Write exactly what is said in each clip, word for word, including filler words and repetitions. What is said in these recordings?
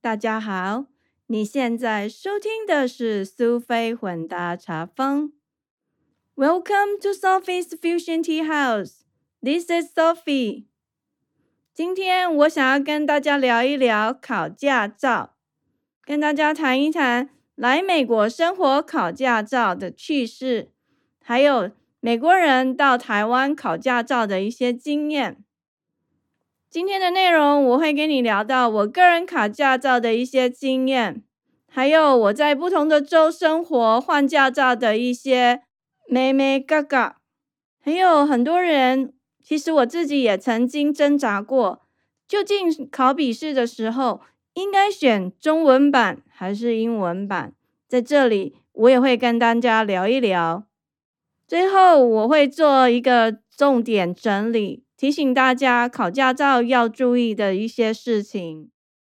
大家好，你现在收听的是苏菲混搭茶坊。Welcome to Sophie's Fusion Tea House. This is Sophie. 今天我想要跟大家聊一聊考驾照，跟大家谈一谈来美国生活考驾照的趣事，还有美国人到台湾考驾照的一些经验。今天的内容我会跟你聊到我个人考驾照的一些经验，还有我在不同的州生活换驾照的一些眉眉角角。还有很多人，其实我自己也曾经挣扎过，究竟考笔试的时候应该选中文版还是英文版，在这里我也会跟大家聊一聊。最后我会做一个重点整理，提醒大家考驾照要注意的一些事情。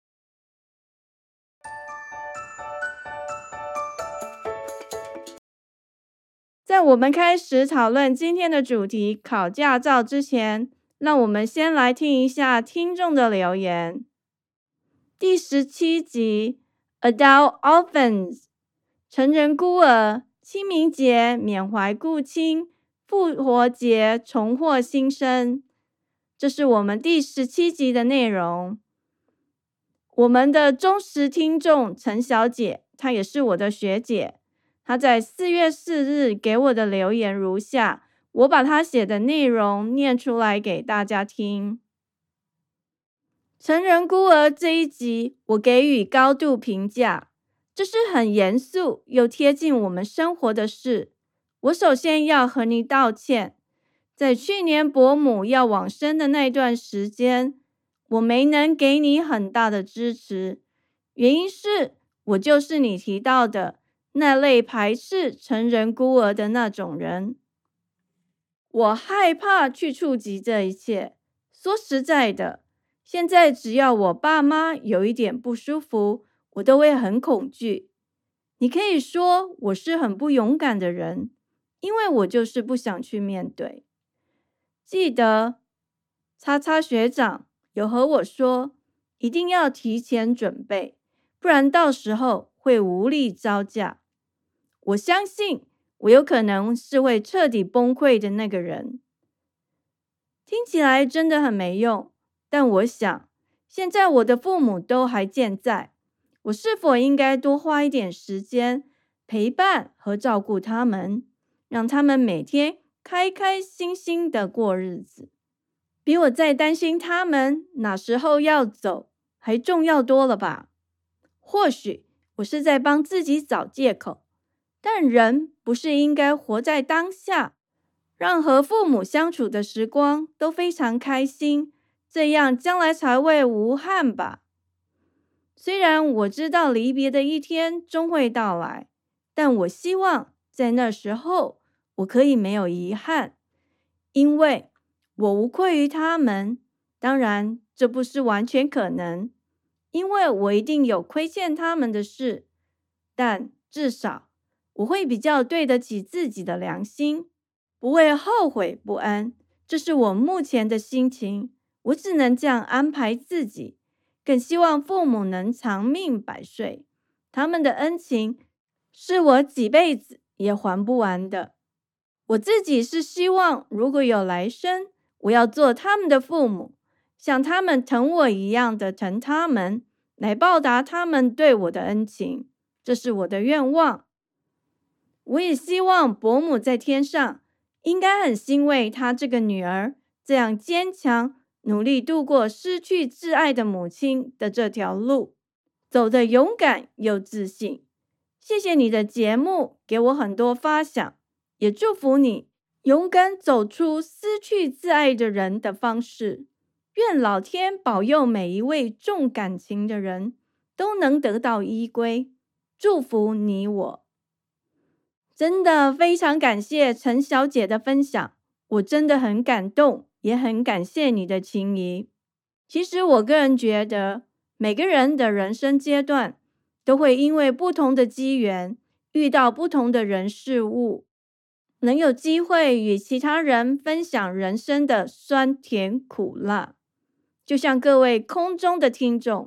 在我们开始讨论今天的主题考驾照之前，让我们先来听一下听众的留言。第十七集 Adult Orphans 成人孤儿，清明节缅怀故亲，复活节重获新生，这是我们第十七集的内容。我们的忠实听众陈小姐，她也是我的学姐，她在四月四日给我的留言如下，我把她写的内容念出来给大家听。成人孤儿这一集我给予高度评价，这是很严肃又贴近我们生活的事。我首先要和你道歉，在去年伯母要往生的那段时间，我没能给你很大的支持，原因是我就是你提到的那类排斥成人孤儿的那种人。我害怕去触及这一切，说实在的，现在只要我爸妈有一点不舒服，我都会很恐惧。你可以说我是很不勇敢的人，因为我就是不想去面对。记得叉叉学长有和我说，一定要提前准备，不然到时候会无力招架。我相信我有可能是会彻底崩溃的那个人。听起来真的很没用，但我想，现在我的父母都还健在，我是否应该多花一点时间陪伴和照顾他们，让他们每天开开心心的过日子，比我再担心他们哪时候要走还重要多了吧？或许我是在帮自己找借口，但人不是应该活在当下，让和父母相处的时光都非常开心，这样将来才会无憾吧。虽然我知道离别的一天终会到来，但我希望在那时候我可以没有遗憾，因为我无愧于他们。当然这不是完全可能，因为我一定有亏欠他们的事，但至少我会比较对得起自己的良心，不会后悔不安，这是我目前的心情。我只能这样安排自己，更希望父母能长命百岁，他们的恩情是我几辈子也还不完的。我自己是希望如果有来生，我要做他们的父母，像他们疼我一样的疼他们，来报答他们对我的恩情，这是我的愿望。我也希望伯母在天上应该很欣慰她这个女儿这样坚强，努力度过失去挚爱的母亲的这条路，走得勇敢又自信。谢谢你的节目给我很多发想，也祝福你勇敢走出失去挚爱的人的方式。愿老天保佑每一位重感情的人都能得到依归，祝福你我。真的非常感谢陈小姐的分享，我真的很感动，也很感谢你的情谊。其实我个人觉得，每个人的人生阶段都会因为不同的机缘，遇到不同的人事物，能有机会与其他人分享人生的酸甜苦辣。就像各位空中的听众，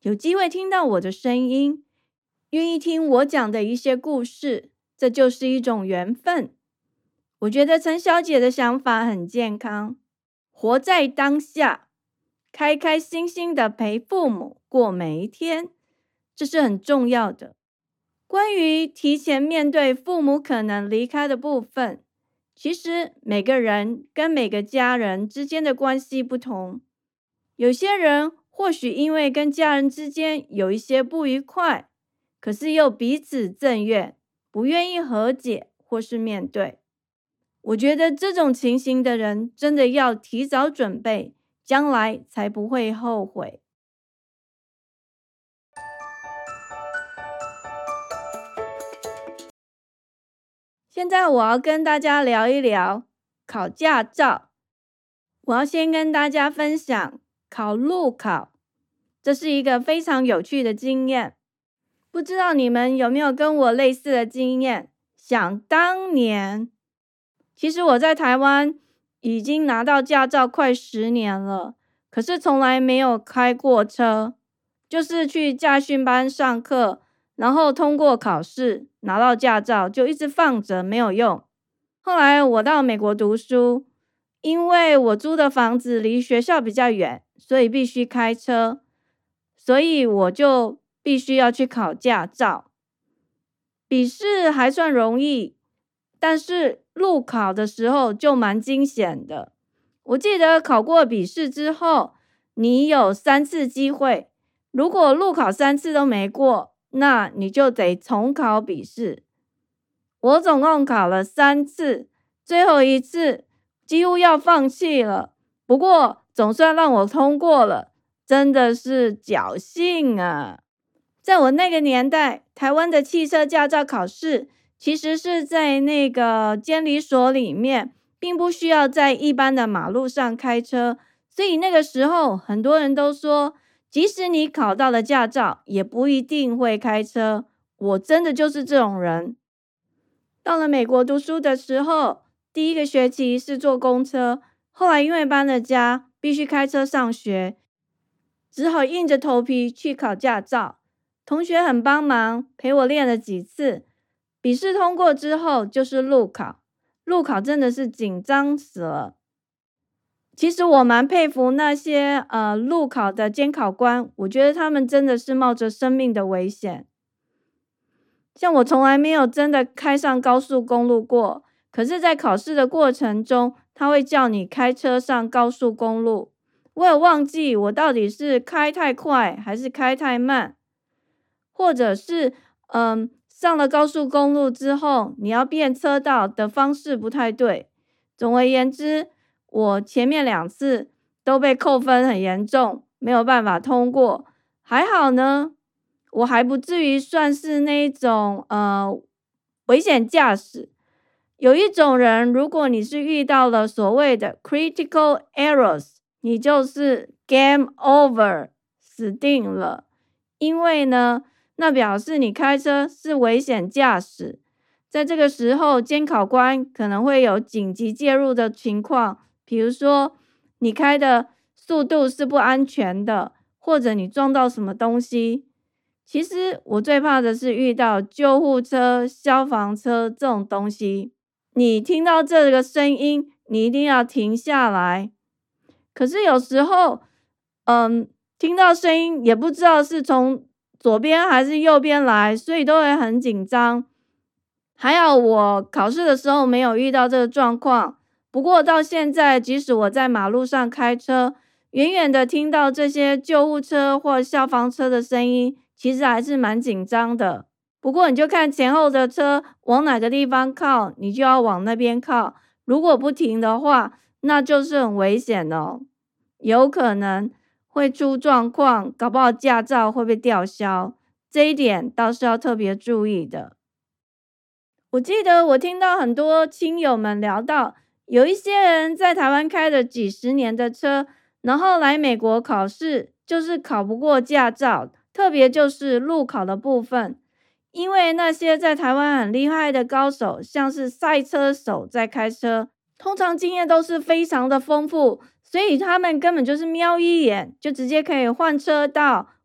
有机会听到我的声音，愿意听我讲的一些故事，这就是一种缘分。我觉得陈小姐的想法很健康，活在当下，开开心心的陪父母过每一天，这是很重要的。关于提前面对父母可能离开的部分，其实每个人跟每个家人之间的关系不同，有些人或许因为跟家人之间有一些不愉快，可是又彼此憎怨，不愿意和解或是面对。我觉得这种情形的人真的要提早准备，将来才不会后悔。现在我要跟大家聊一聊考驾照。我要先跟大家分享考路考，这是一个非常有趣的经验。不知道你们有没有跟我类似的经验？想当年，其实我在台湾已经拿到驾照快十年了，可是从来没有开过车，就是去驾训班上课，然后通过考试，拿到驾照就一直放着没有用。后来我到美国读书，因为我租的房子离学校比较远，所以必须开车，所以我就必须要去考驾照。笔试还算容易，但是路考的时候就蛮惊险的。我记得考过笔试之后，你有三次机会，如果路考三次都没过，那你就得重考笔试。我总共考了三次，最后一次几乎要放弃了，不过总算让我通过了，真的是侥幸啊！在我那个年代，台湾的汽车驾照考试其实是在那个监理所里面，并不需要在一般的马路上开车，所以那个时候很多人都说，即使你考到了驾照，也不一定会开车。我真的就是这种人。到了美国读书的时候，第一个学期是坐公车，后来因为搬了家，必须开车上学，只好硬着头皮去考驾照。同学很帮忙，陪我练了几次。笔试通过之后就是路考，路考真的是紧张死了。其实我蛮佩服那些呃路考的监考官，我觉得他们真的是冒着生命的危险。像我从来没有真的开上高速公路过，可是在考试的过程中，他会叫你开车上高速公路。我有忘记我到底是开太快还是开太慢，或者是嗯上了高速公路之后，你要变车道的方式不太对。总而言之，我前面两次都被扣分很严重，没有办法通过。还好呢，我还不至于算是那种呃危险驾驶。有一种人，如果你是遇到了所谓的 critical errors， 你就是 game over， 死定了。因为呢，那表示你开车是危险驾驶。在这个时候，监考官可能会有紧急介入的情况，比如说你开的速度是不安全的，或者你撞到什么东西。其实我最怕的是遇到救护车、消防车这种东西。你听到这个声音，你一定要停下来。可是有时候，嗯，听到声音也不知道是从左边还是右边来，所以都会很紧张。还好我考试的时候没有遇到这个状况，不过到现在，即使我在马路上开车，远远的听到这些救护车或消防车的声音，其实还是蛮紧张的。不过你就看前后的车往哪个地方靠，你就要往那边靠。如果不停的话，那就是很危险哦，有可能会出状况，搞不好驾照会被吊销。这一点倒是要特别注意的。我记得我听到很多亲友们聊到，有一些人在台湾开了几十年的车，然后来美国考试，就是考不过驾照，特别就是路考的部分。因为那些在台湾很厉害的高手，像是赛车手在开车，通常经验都是非常的丰富，所以他们根本就是瞄一眼就直接可以换车道，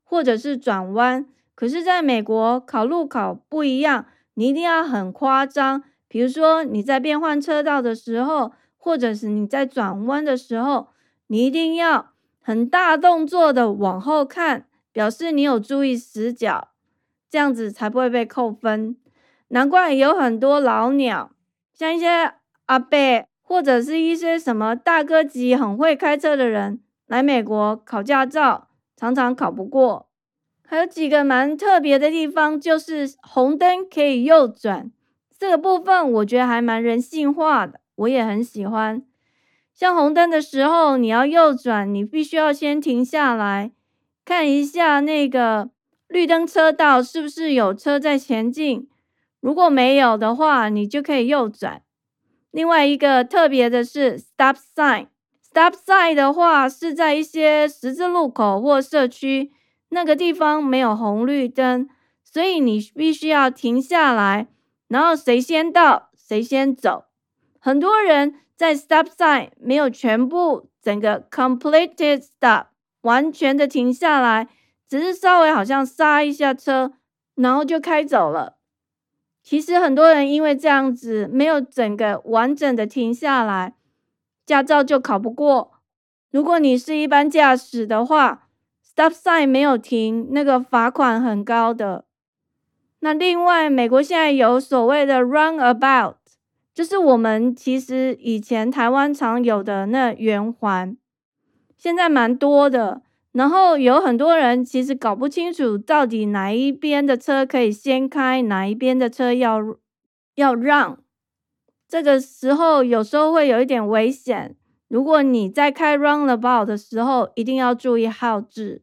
或者是转弯。可是在美国考路考不一样，你一定要很夸张，比如说你在变换车道的时候，或者是你在转弯的时候，你一定要很大动作的往后看，表示你有注意死角，这样子才不会被扣分。难怪有很多老鸟，像一些阿伯或者是一些什么大哥级很会开车的人来美国考驾照，常常考不过。还有几个蛮特别的地方，就是红灯可以右转，这个部分我觉得还蛮人性化的，我也很喜欢。像红灯的时候你要右转，你必须要先停下来看一下那个绿灯车道是不是有车在前进，如果没有的话你就可以右转。另外一个特别的是 stop sign， stop sign 的话是在一些十字路口或社区，那个地方没有红绿灯，所以你必须要停下来，然后谁先到谁先走。很多人在 stop sign 没有全部整个 completed stop 完全的停下来，只是稍微好像刹一下车，然后就开走了。其实很多人因为这样子没有整个完整的停下来，驾照就考不过。如果你是一般驾驶的话， stop sign 没有停，那个罚款很高的。那另外美国现在有所谓的 runabout， 就是我们其实以前台湾常有的那圆环，现在蛮多的，然后有很多人其实搞不清楚到底哪一边的车可以先开，哪一边的车要要让，这个时候有时候会有一点危险。如果你在开 roundabout 的时候，一定要注意号志。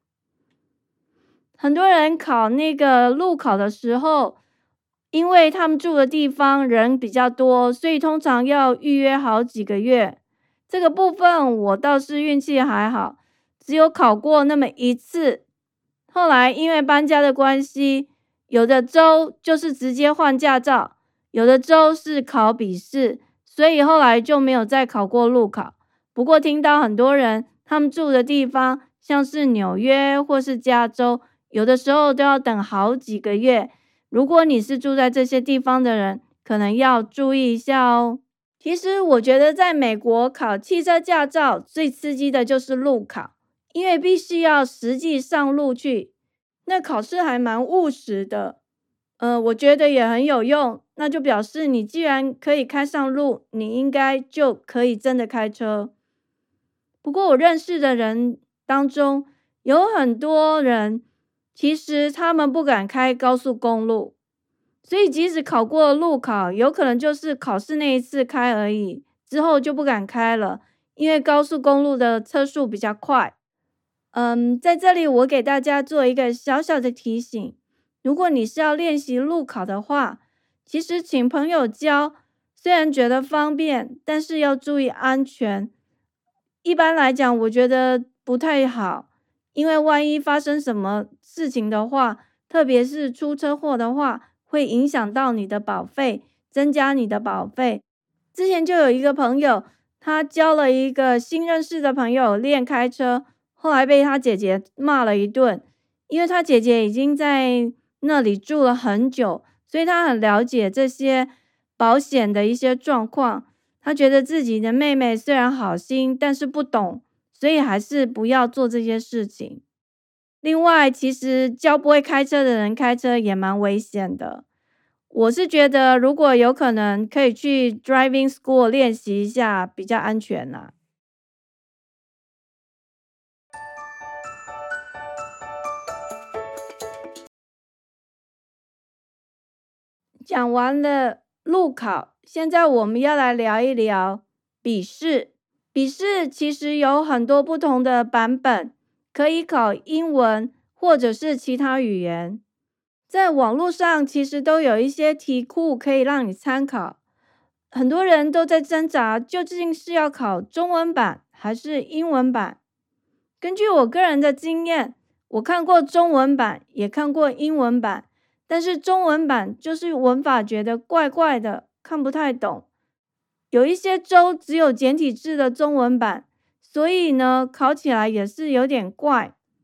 很多人考那个路考的时候，因为他们住的地方人比较多，所以通常要预约好几个月。这个部分我倒是运气还好，只有考过那么一次。后来因为搬家的关系，有的州就是直接换驾照，有的州是考笔试，所以后来就没有再考过路考。不过听到很多人他们住的地方像是纽约或是加州，有的时候都要等好几个月。如果你是住在这些地方的人，可能要注意一下哦。其实我觉得在美国考汽车驾照最刺激的就是路考，因为必须要实际上路去，那考试还蛮务实的。呃，我觉得也很有用，那就表示你既然可以开上路，你应该就可以真的开车。不过我认识的人当中，有很多人其实他们不敢开高速公路，所以即使考过路考，有可能就是考试那一次开而已，之后就不敢开了，因为高速公路的车速比较快。嗯，在这里我给大家做一个小小的提醒，如果你是要练习路考的话，其实请朋友教，虽然觉得方便，但是要注意安全。一般来讲，我觉得不太好，因为万一发生什么事情的话，特别是出车祸的话，会影响到你的保费，增加你的保费。之前就有一个朋友，他教了一个新认识的朋友练开车，后来被他姐姐骂了一顿，因为他姐姐已经在那里住了很久，所以他很了解这些保险的一些状况。他觉得自己的妹妹虽然好心，但是不懂，所以还是不要做这些事情。另外，其实教不会开车的人开车也蛮危险的。我是觉得如果有可能可以去 driving school 练习一下，比较安全啦。讲完了路考，现在我们要来聊一聊笔试。笔试其实有很多不同的版本，可以考英文或者是其他语言。在网络上其实都有一些题库可以让你参考。很多人都在挣扎，究竟是要考中文版还是英文版。根据我个人的经验，我看过中文版，也看过英文版，但是中文版就是文法觉得怪怪的，看不太懂。有一些州只有简体字的中文版，所以呢，考起来也是有点怪。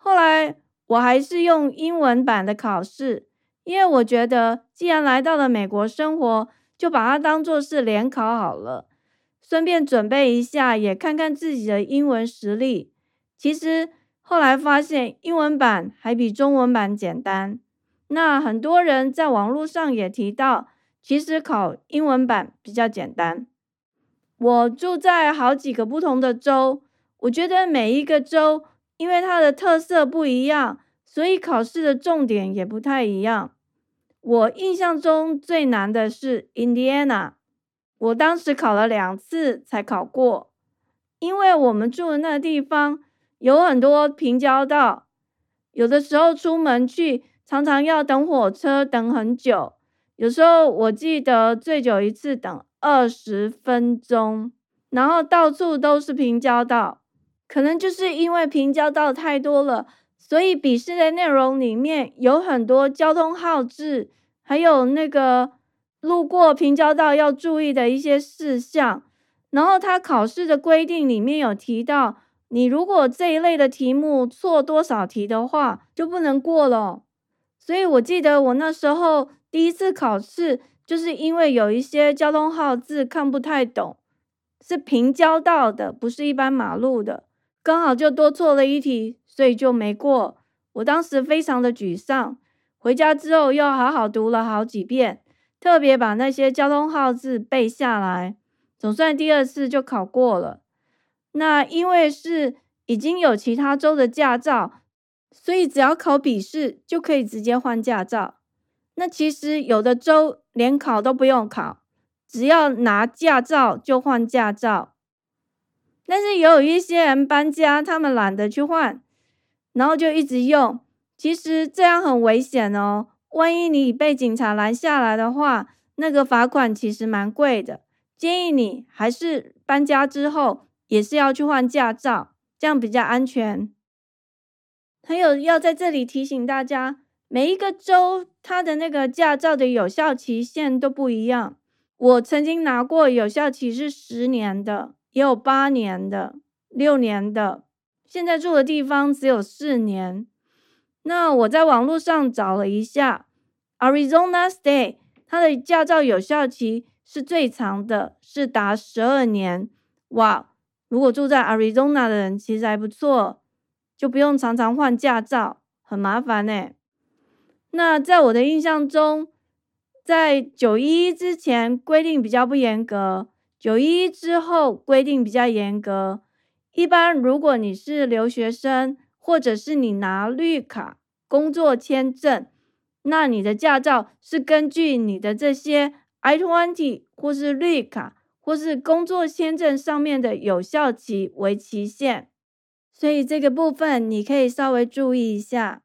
后来我还是用英文版的考试，因为我觉得既然来到了美国生活，就把它当作是联考好了，顺便准备一下，也看看自己的英文实力。其实后来发现英文版还比中文版简单。那很多人在网络上也提到，其实考英文版比较简单。我住在好几个不同的州，我觉得每一个州因为它的特色不一样，所以考试的重点也不太一样。我印象中最难的是 Indiana， 我当时考了两次才考过，因为我们住的那个地方有很多平交道，有的时候出门去常常要等火车等很久，有时候我记得最久一次等二十分钟，然后到处都是平交道，可能就是因为平交道太多了，所以笔试的内容里面有很多交通号志，还有那个路过平交道要注意的一些事项。然后他考试的规定里面有提到，你如果这一类的题目错多少题的话，就不能过了。所以我记得我那时候第一次考试，就是因为有一些交通号志看不太懂，是平交道的，不是一般马路的，刚好就多错了一题，所以就没过。我当时非常的沮丧，回家之后又好好读了好几遍，特别把那些交通号志背下来，总算第二次就考过了。那因为是已经有其他州的驾照，所以只要考笔试就可以直接换驾照。那其实有的州连考都不用考，只要拿驾照就换驾照。但是也有一些人搬家，他们懒得去换，然后就一直用。其实这样很危险哦，万一你被警察拦下来的话，那个罚款其实蛮贵的。建议你还是搬家之后也是要去换驾照，这样比较安全。还有要在这里提醒大家，每一个州它的那个驾照的有效期限都不一样。我曾经拿过有效期是十年的，也有八年的、六年的。现在住的地方只有四年。那我在网络上找了一下 ，Arizona State 它的驾照有效期是最长的，是达十二年。哇，如果住在 Arizona 的人其实还不错，就不用常常换驾照，很麻烦欸。那在我的印象中，在九一一之前规定比较不严格，九一一之后规定比较严格。一般如果你是留学生，或者是你拿绿卡、工作签证，那你的驾照是根据你的这些 I 二十 或是绿卡或是工作签证上面的有效期为期限，所以这个部分你可以稍微注意一下。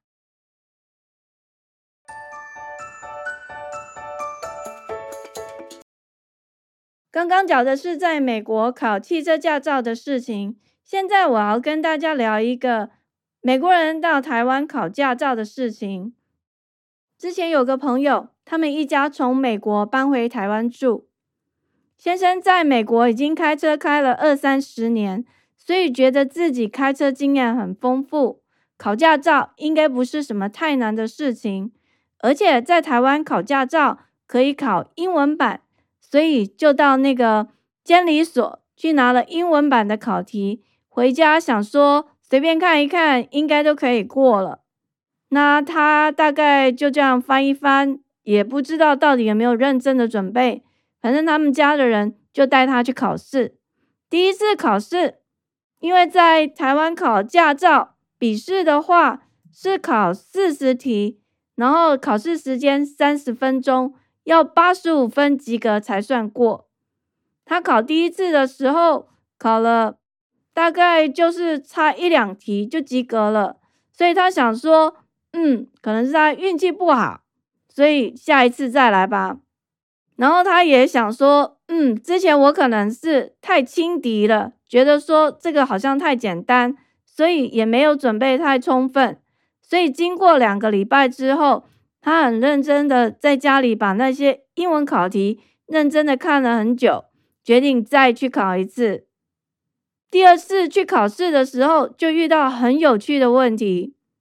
刚刚讲的是在美国考汽车驾照的事情，现在我要跟大家聊一个美国人到台湾考驾照的事情。之前有个朋友，他们一家从美国搬回台湾住，先生在美国已经开车开了二三十年，所以觉得自己开车经验很丰富，考驾照应该不是什么太难的事情，而且在台湾考驾照可以考英文版，所以就到那个监理所去拿了英文版的考题，回家想说随便看一看，应该都可以过了。那他大概就这样翻一翻，也不知道到底有没有认真的准备，反正他们家的人就带他去考试。第一次考试，因为在台湾考驾照笔试的话是考四十题，然后考试时间三十分钟，要八十五分及格才算过。他考第一次的时候考了大概就是差一两题就及格了，所以他想说嗯，可能是他运气不好，所以下一次再来吧。然后他也想说嗯，之前我可能是太轻敌了，觉得说这个好像太简单，所以也没有准备太充分。所以经过两个礼拜之后，他很认真的在家里把那些英文考题认真的看了很久，决定再去考一次。第二次去考试的时候，就遇到很有趣的问题。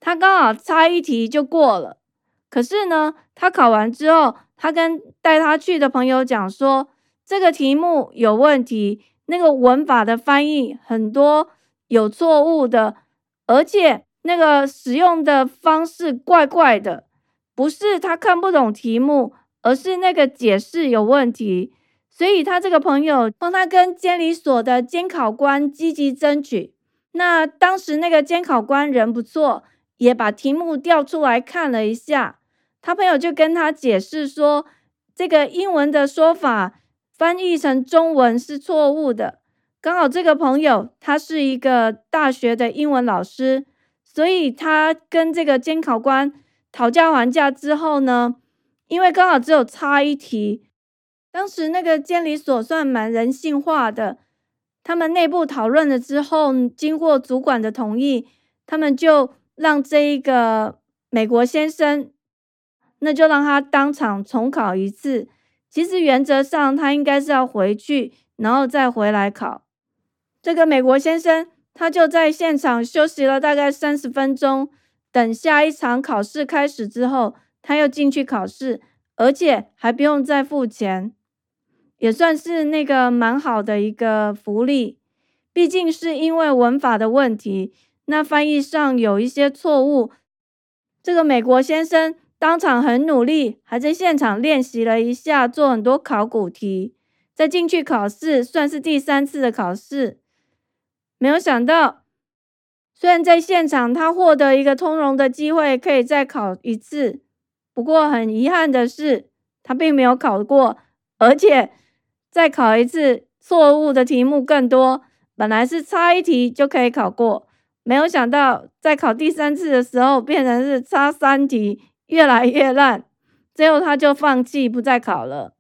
他刚好差一题就过了。可是呢，他考完之后，他跟带他去的朋友讲说，这个题目有问题，那个文法的翻译很多有错误的，而且那个使用的方式怪怪的，不是他看不懂题目，而是那个解释有问题。所以他这个朋友帮他跟监理所的监考官积极争取。那当时那个监考官人不错，也把题目调出来看了一下。他朋友就跟他解释说，这个英文的说法翻译成中文是错误的。刚好这个朋友他是一个大学的英文老师，所以他跟这个监考官讨价还价之后呢，因为刚好只有差一题，当时那个监理所算蛮人性化的，他们内部讨论了之后，经过主管的同意，他们就让这一个美国先生，那就让他当场重考一次。其实原则上他应该是要回去，然后再回来考。这个美国先生他就在现场休息了大概三十分钟，等下一场考试开始之后，他又进去考试，而且还不用再付钱，也算是那个蛮好的一个福利。毕竟是因为文法的问题，那翻译上有一些错误，这个美国先生当场很努力，还在现场练习了一下，做很多考古题，再进去考试，算是第三次的考试。没有想到，虽然在现场他获得一个通融的机会，可以再考一次，不过很遗憾的是，他并没有考过，而且再考一次，错误的题目更多。本来是差一题就可以考过，没有想到在考第三次的时候变成是差三题，越来越烂，最后他就放弃不再考了。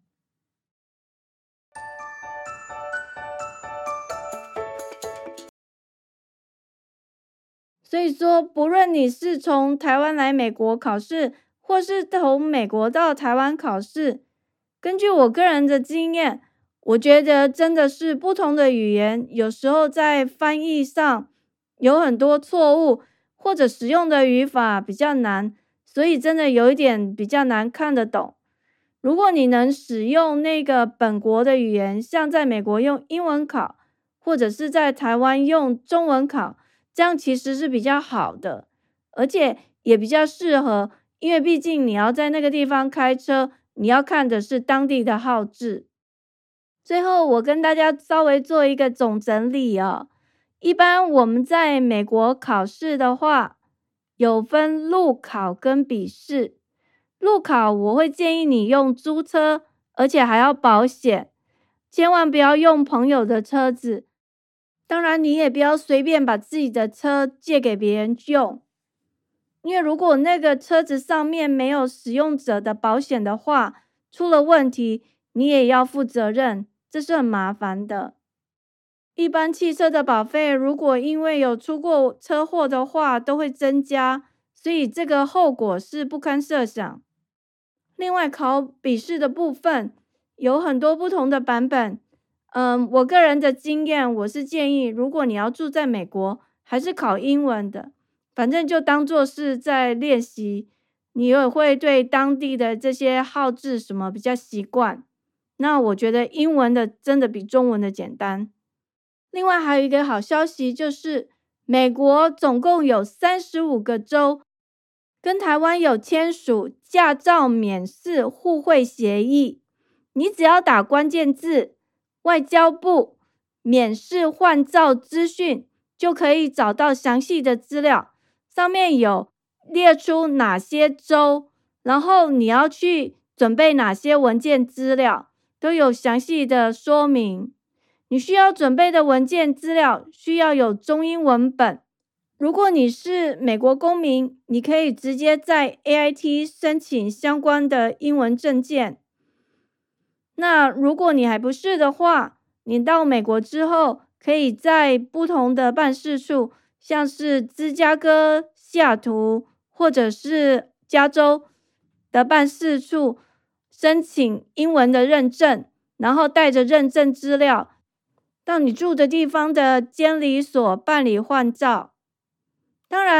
所以说，不论你是从台湾来美国考试，或是从美国到台湾考试，根据我个人的经验，我觉得真的是不同的语言，有时候在翻译上有很多错误，或者使用的语法比较难，所以真的有一点比较难看得懂。如果你能使用那个本国的语言，像在美国用英文考，或者是在台湾用中文考，这样其实是比较好的，而且也比较适合，因为毕竟你要在那个地方开车，你要看的是当地的号志。最后我跟大家稍微做一个总整理哦。一般我们在美国考试的话，有分路考跟笔试。路考我会建议你用租车，而且还要保险，千万不要用朋友的车子。当然你也不要随便把自己的车借给别人用，因为如果那个车子上面没有使用者的保险的话，出了问题你也要负责任，这是很麻烦的。一般汽车的保费如果因为有出过车祸的话都会增加，所以这个后果是不堪设想。另外考笔试的部分有很多不同的版本，嗯，我个人的经验，我是建议如果你要住在美国，还是考英文的，反正就当作是在练习，你也会对当地的这些号志什么比较习惯。那我觉得英文的真的比中文的简单。另外还有一个好消息，就是美国总共有三十五个州跟台湾有签署驾照免试互惠协议，你只要打关键字外交部免试换照资讯，就可以找到详细的资料，上面有列出哪些州，然后你要去准备哪些文件资料，都有详细的说明。你需要准备的文件资料需要有中英文本。如果你是美国公民，你可以直接在 A I T 申请相关的英文证件。那如果你还不是的话，你到美国之后，可以在不同的办事处，像是芝加哥、西雅图或者是加州的办事处申请英文的认证，然后带着认证资料到你住的地方的监理所办理换照。当然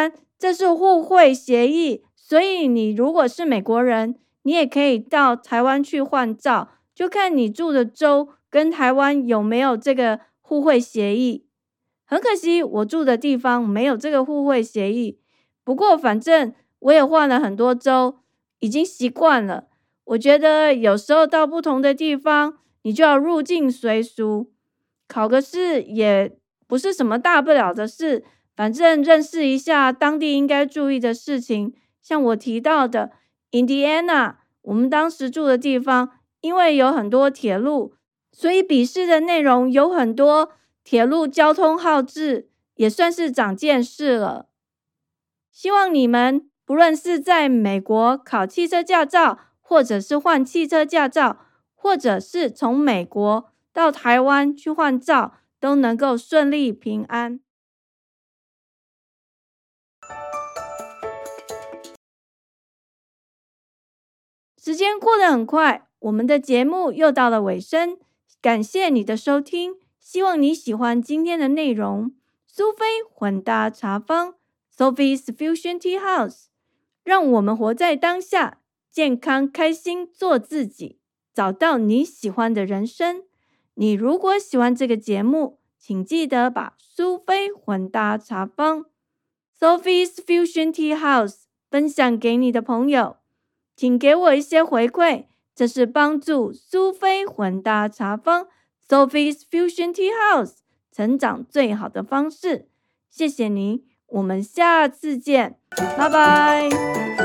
这是互惠协议，所以你如果是美国人，你也可以到台湾去换照，就看你住的州跟台湾有没有这个互惠协议。很可惜，我住的地方没有这个互惠协议。不过反正我也换了很多州，已经习惯了。我觉得有时候到不同的地方，你就要入境随俗，考个试也不是什么大不了的事，反正认识一下当地应该注意的事情。像我提到的 Indiana， 我们当时住的地方，因为有很多铁路，所以笔试的内容有很多铁路交通号志，也算是长见识了。希望你们不论是在美国考汽车驾照，或者是换汽车驾照，或者是从美国到台湾去换照，都能够顺利平安。时间过得很快，我们的节目又到了尾声，感谢你的收听，希望你喜欢今天的内容。苏菲混搭茶坊 Sophie's Fusion Tea House， 让我们活在当下，健康开心做自己，找到你喜欢的人生。你如果喜欢这个节目，请记得把苏菲混搭茶坊 Sophie's Fusion Tea House 分享给你的朋友，请给我一些回馈，这是帮助苏菲混搭茶坊 Sophie's Fusion Tea House 成长最好的方式。谢谢您，我们下次见，拜拜。